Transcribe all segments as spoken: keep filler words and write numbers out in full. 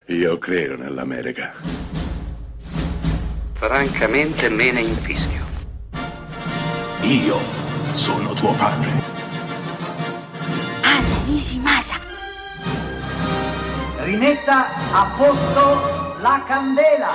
Io credo nell'America. Francamente me ne infischio. Io sono tuo padre. Anna Nishimasa. Rimetta a posto la candela.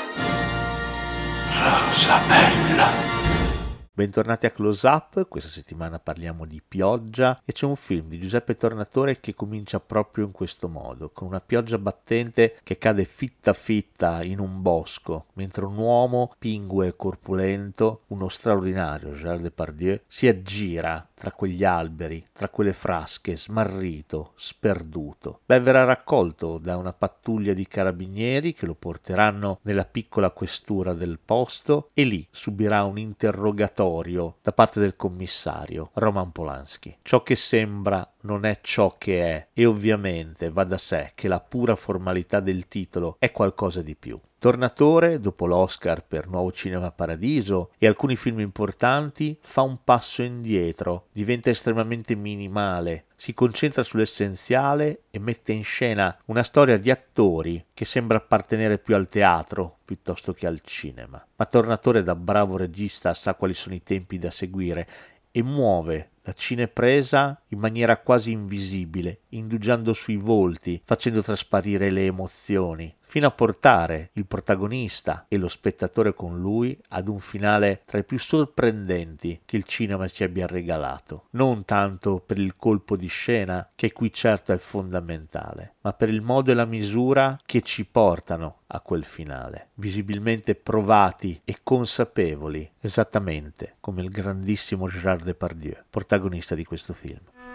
Rosa bella. Bentornati a Close Up, questa settimana parliamo di pioggia e c'è un film di Giuseppe Tornatore che comincia proprio in questo modo, con una pioggia battente che cade fitta fitta in un bosco, mentre un uomo pingue e corpulento, uno straordinario Gérard Depardieu, si aggira tra quegli alberi, tra quelle frasche, smarrito, sperduto. Beh, verrà raccolto da una pattuglia di carabinieri che lo porteranno nella piccola questura del posto e lì subirà un interrogatorio da parte del commissario Roman Polanski. Ciò che sembra non è ciò che è e ovviamente va da sé che la pura formalità del titolo è qualcosa di più. Tornatore, dopo l'Oscar per Nuovo Cinema Paradiso e alcuni film importanti, fa un passo indietro, diventa estremamente minimale, si concentra sull'essenziale e mette in scena una storia di attori che sembra appartenere più al teatro piuttosto che al cinema. Ma Tornatore, da bravo regista, sa quali sono i tempi da seguire e muove la cinepresa in maniera quasi invisibile, indugiando sui volti, facendo trasparire le emozioni, fino a portare il protagonista e lo spettatore con lui ad un finale tra i più sorprendenti che il cinema ci abbia regalato. Non tanto per il colpo di scena, che qui certo è fondamentale, ma per il modo e la misura che ci portano a quel finale, visibilmente provati e consapevoli, esattamente come il grandissimo Gérard Depardieu, protagonista di questo film.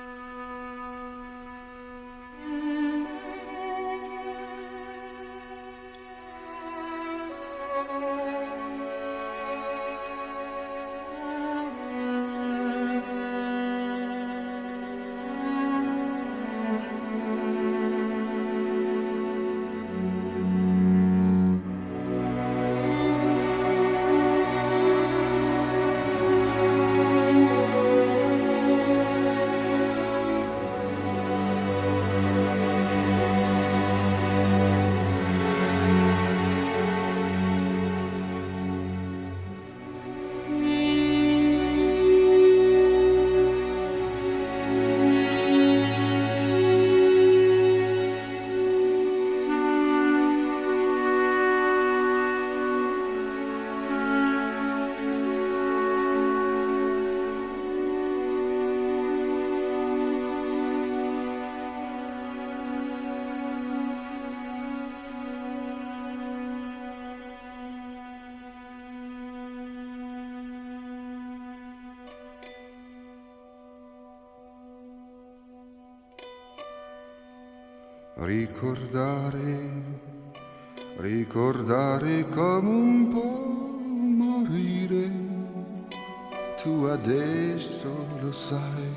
Ricordare, ricordare come un po' morire, tu adesso lo sai,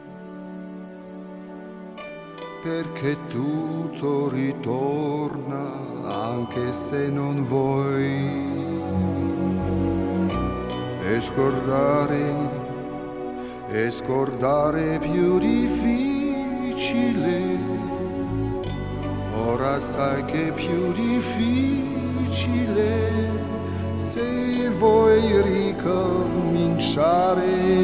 perché tutto ritorna anche se non vuoi. E scordare, e scordare è più difficile. Ora sai che è più difficile se vuoi ricominciare.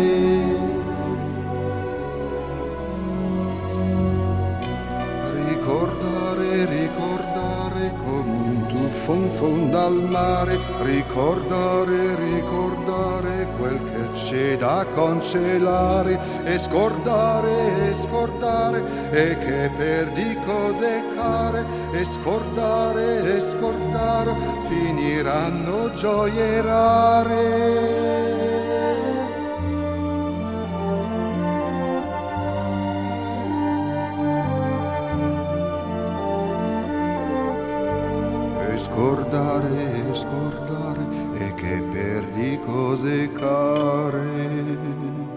Ricordare, ricordare come un tuffo in fondo al mare. Ricordare, ricordare quel che c'è da cancellare. E scordare, e scordare e che perdi cose care. E scordare, e scordare finiranno gioie rare. E scordare, e scordare e che perdi cose care.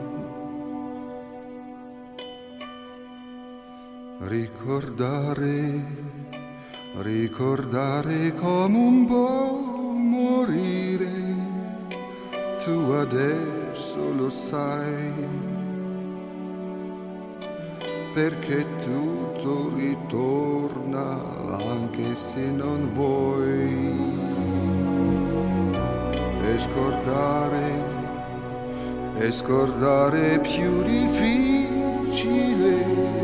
Ricordare, ricordare come un po' morire, tu adesso lo sai, perché tutto ritorna anche se non vuoi. E scordare, e scordare è più difficile,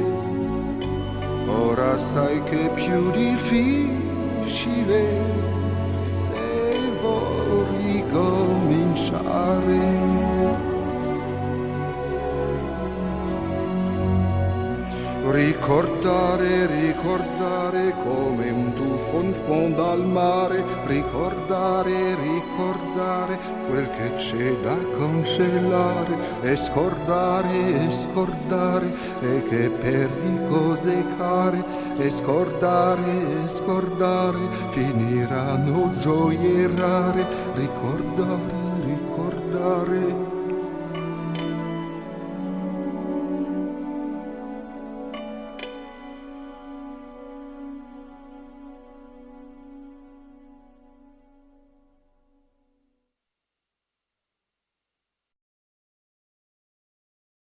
ora sai che è più difficile se vuoi ricominciare. Ricordare, ricordare come un tuffo in fondo al mare, ricordare, ricordare quel che c'è da cancellare, e scordare, e scordare, e che perdi cose care, e scordare, e scordare, finiranno gioie rare, ricordare, ricordare.